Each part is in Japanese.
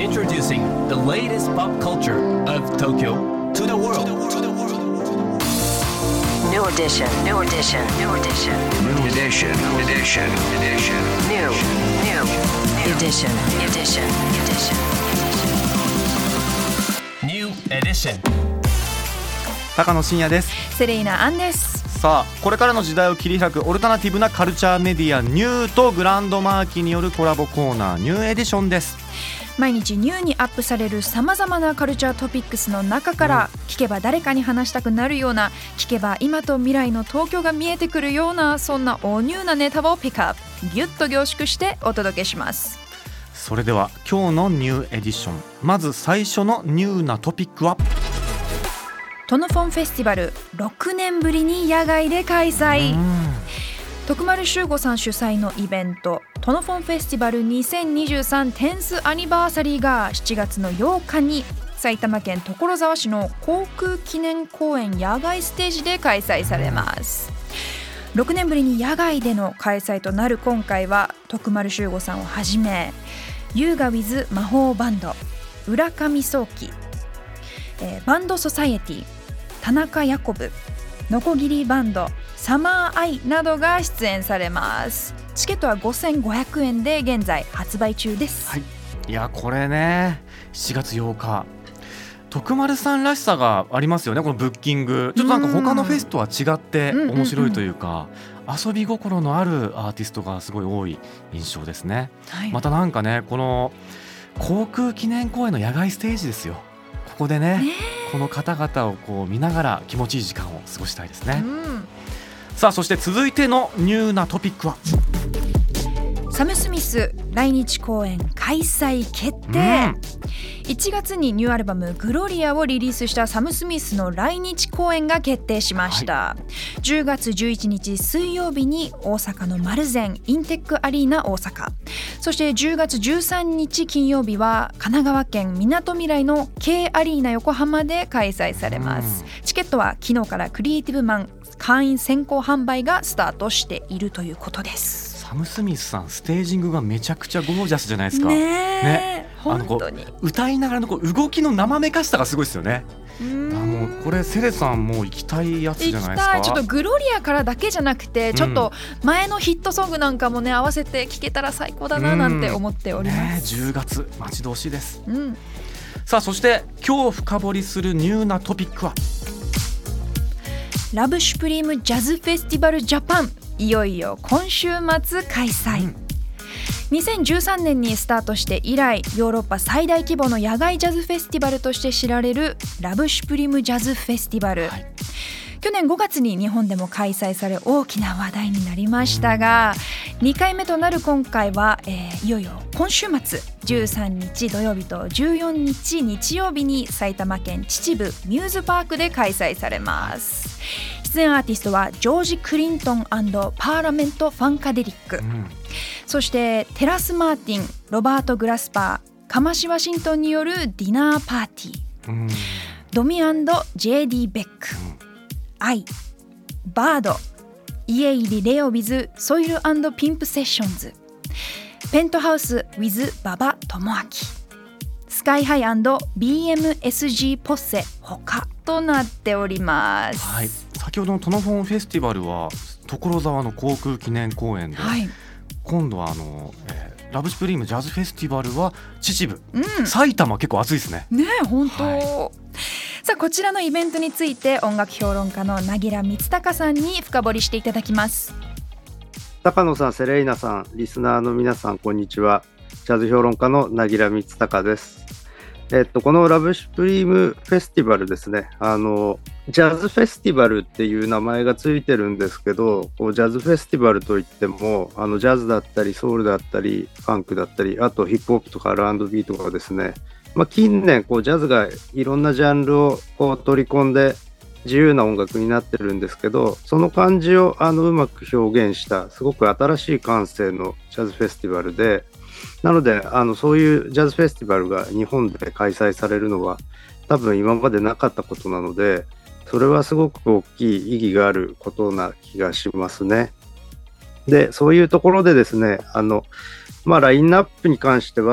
Introducing the latest pop culture of Tokyo to the world. New edition, new edition, new edition, New edition, edition, edition. new edition, edition, edition. New edition. 高野真也です。 セレイナアンです。 さあ、これからの時代を切り開くオルタナティブなカルチャーメディアニューとグランドマーキによるコラボコーナーニューエディションです。 毎日ニューにアップされるさまざまなカルチャートピックスの中から聞けば誰かに話したくなるような、聞けば今と未来の東京が見えてくるような、そんな大ニューなネタをピックアップギュッと凝縮してお届けします。 それでは今日のニューエディション、まず最初のニューなトピックはトノフォンフェスティバル6年ぶりに野外で開催。徳丸修吾さん主催のイベントトノフォンフェスティバル2023テンスアニバーサリーが7月の8日に埼玉県所沢市の航空記念公園野外ステージで開催されます。6年ぶりに野外での開催となる今回は徳丸修吾さんをはじめ優雅 with 魔法バンド、浦上壮輝、バンドソサイエティ、田中ヤコブ、ノコギリバンド、サマーアイなどが出演されます。チケットは5500円で現在発売中です。 はい、いやこれね7月8日徳丸さんらしさがありますよね。このブッキングちょっとなんか他のフェスとは違って面白いというか、遊び心のあるアーティストがすごい多い印象ですね。 はい、 またなんかね、この航空記念公園の野外ステージですよ。ここでねこの方々をこう見ながら気持ちいい時間を過ごしたいですね。さあ、そして続いてのニューなトピックはサム・スミス来日公演開催決定。1月にニューアルバムグロリアをリリースしたサム・スミスの来日公演が決定しました。10月11日水曜日に大阪のマルゼンインテックアリーナ大阪、そして10月13日金曜日は神奈川県みなとみらいの K アリーナ横浜で開催されます。チケットは昨日からクリエイティブマン会員先行販売がスタートしているということです。 サム・スミスさんステージングがめちゃくちゃゴージャスじゃないですか。 ね、本当に歌いながらのこう動きの生めかしさがすごいですよね。もうこれセレさんもう行きたいやつじゃないですか。 行きたい。ちょっとグロリアからだけじゃなくて、ちょっと前のヒットソングなんかもね合わせて聴けたら最高だななんて思っております。 10月待ち遠しいです。さあ、そして今日深掘りするニューなトピックはラブシュプリームジャズフェスティバルジャパン、いよいよ今週末開催。2013年にスタートして以来ヨーロッパ最大規模の野外ジャズフェスティバルとして知られるラブシュプリームジャズフェスティバル、去年5月に日本でも開催され大きな話題になりましたが、2回目となる今回は、いよいよ今週末13日土曜日と14日日曜日に埼玉県秩父ミューズパークで開催されます。出演アーティストはジョージ・クリントン&パーラメント・ファンカデリック、そしてテラス・マーティン、ロバート・グラスパー、カマシ・ワシントンによるディナーパーティー、ドミ&JD ベック、アイ、バード、家入りレオ with ソイル&ピンプセッションズ、ペントハウス with 馬場智明、スカイハイ&BMSG ポッセ他となっております。 はい、先ほどのトノフォンフェスティバルは所沢の航空記念公園で、今度はラブシュプリームジャズフェスティバルは秩父、埼玉結構暑いですね。 本当、さあこちらのイベントについて音楽評論家の凪良光隆さんに深掘りしていただきます。 高野さん、セレイナさん、リスナーの皆さん、こんにちは。ジャズ評論家の凪良光隆です。このラブシュプリームフェスティバルですね、ジャズフェスティバルっていう名前がついてるんですけど、こうジャズフェスティバルといってもジャズだったりソウルだったりファンクだったり、あとヒップホップとか R&B とかですね、近年こうジャズがいろんなジャンルをこう取り込んで自由な音楽になってるんですけど、その感じをうまく表現したすごく新しい感性のジャズフェスティバルで、なのでそういうジャズフェスティバルが日本で開催されるのは多分今までなかったことなので、それはすごく大きい意義があることな気がしますね。で、そういうところでですね、ラインナップに関しては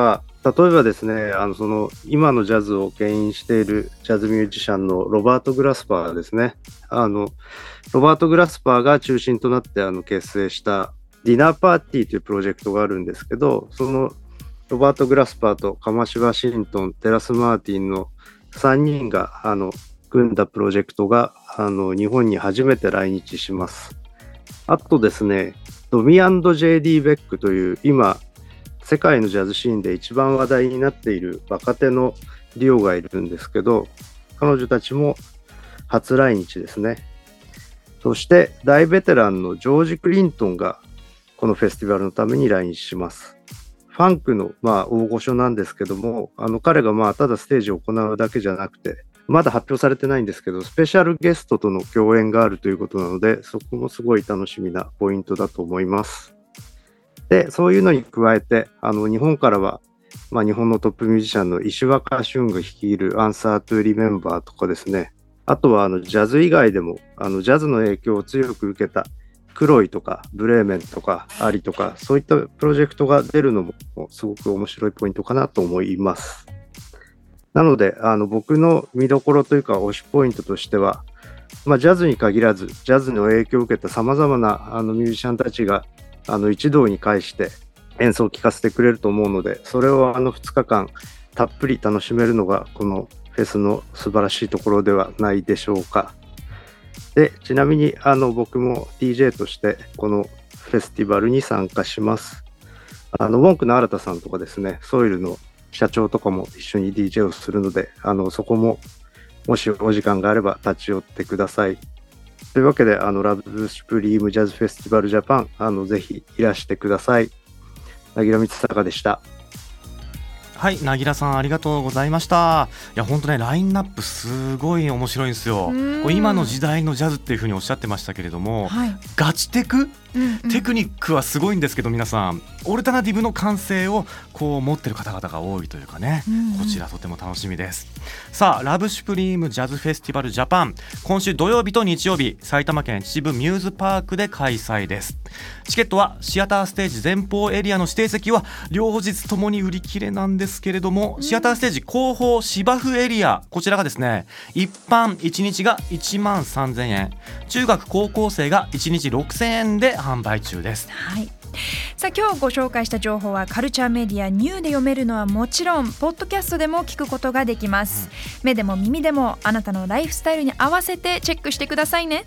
例えばですね、その今のジャズを牽引しているジャズミュージシャンのロバート・グラスパーですね。ロバート・グラスパーが中心となって結成したディナーパーティーというプロジェクトがあるんですけど、そのロバート・グラスパーとカマシ・ワシントン、テラス・マーティンの3人が組んだプロジェクトが日本に初めて来日します。あとですね、ドミ&ジェイ・ディ・ベックという今世界のジャズシーンで一番話題になっている若手のデュオがいるんですけど、彼女たちも初来日ですね。そして大ベテランのジョージ・クリントンがこのフェスティバルのために来日します。ファンクの大御所なんですけども、彼がただステージを行うだけじゃなくて、まだ発表されてないんですけど、スペシャルゲストとの共演があるということなので、そこもすごい楽しみなポイントだと思います。で、そういうのに加えて、日本からは、日本のトップミュージシャンの石若俊が率いるアンサートゥリメンバーとかですね、あとはジャズ以外でもジャズの影響を強く受けたクロイとかブレーメンとかアリとか、そういったプロジェクトが出るのもすごく面白いポイントかなと思います。なので僕の見どころというか推しポイントとしては、ジャズに限らずジャズの影響を受けたさまざまなミュージシャンたちが一堂に会して演奏を聴かせてくれると思うので、それを2日間たっぷり楽しめるのがこのフェスの素晴らしいところではないでしょうか。で、ちなみに僕も DJ としてこのフェスティバルに参加します。ウォンクの新田さんとかですね、ソイルの社長とかも一緒に DJ をするので、そこももしお時間があれば立ち寄ってください。というわけでラブシュプリームジャズフェスティバルジャパンぜひいらしてください。凪良光隆でした。 はい、凪良さんありがとうございました。いや本当ね、ラインナップすごい面白いんですよ。こう今の時代のジャズっていう風におっしゃってましたけれども、はい、ガチテク、テクニックはすごいんですけど、皆さんオルタナティブの感性をこう持ってる方々が多いというかね、こちらとても楽しみです。さあ、ラブシュプリームジャズフェスティバルジャパン、今週土曜日と日曜日、埼玉県秩父ミューズパークで開催です。チケットはシアターステージ前方エリアの指定席は両日ともに売り切れなんですけれども、シアターステージ後方芝生エリア、こちらがですね、一般1日が1万3000円、中学高校生が1日6000円で販売中です。 はい、さあ今日ご紹介した情報はカルチャーメディアニューで読めるのはもちろん、ポッドキャストでも聞くことができます。目でも耳でもあなたのライフスタイルに合わせてチェックしてくださいね。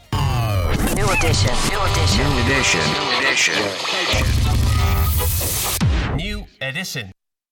New edition. New edition. New edition.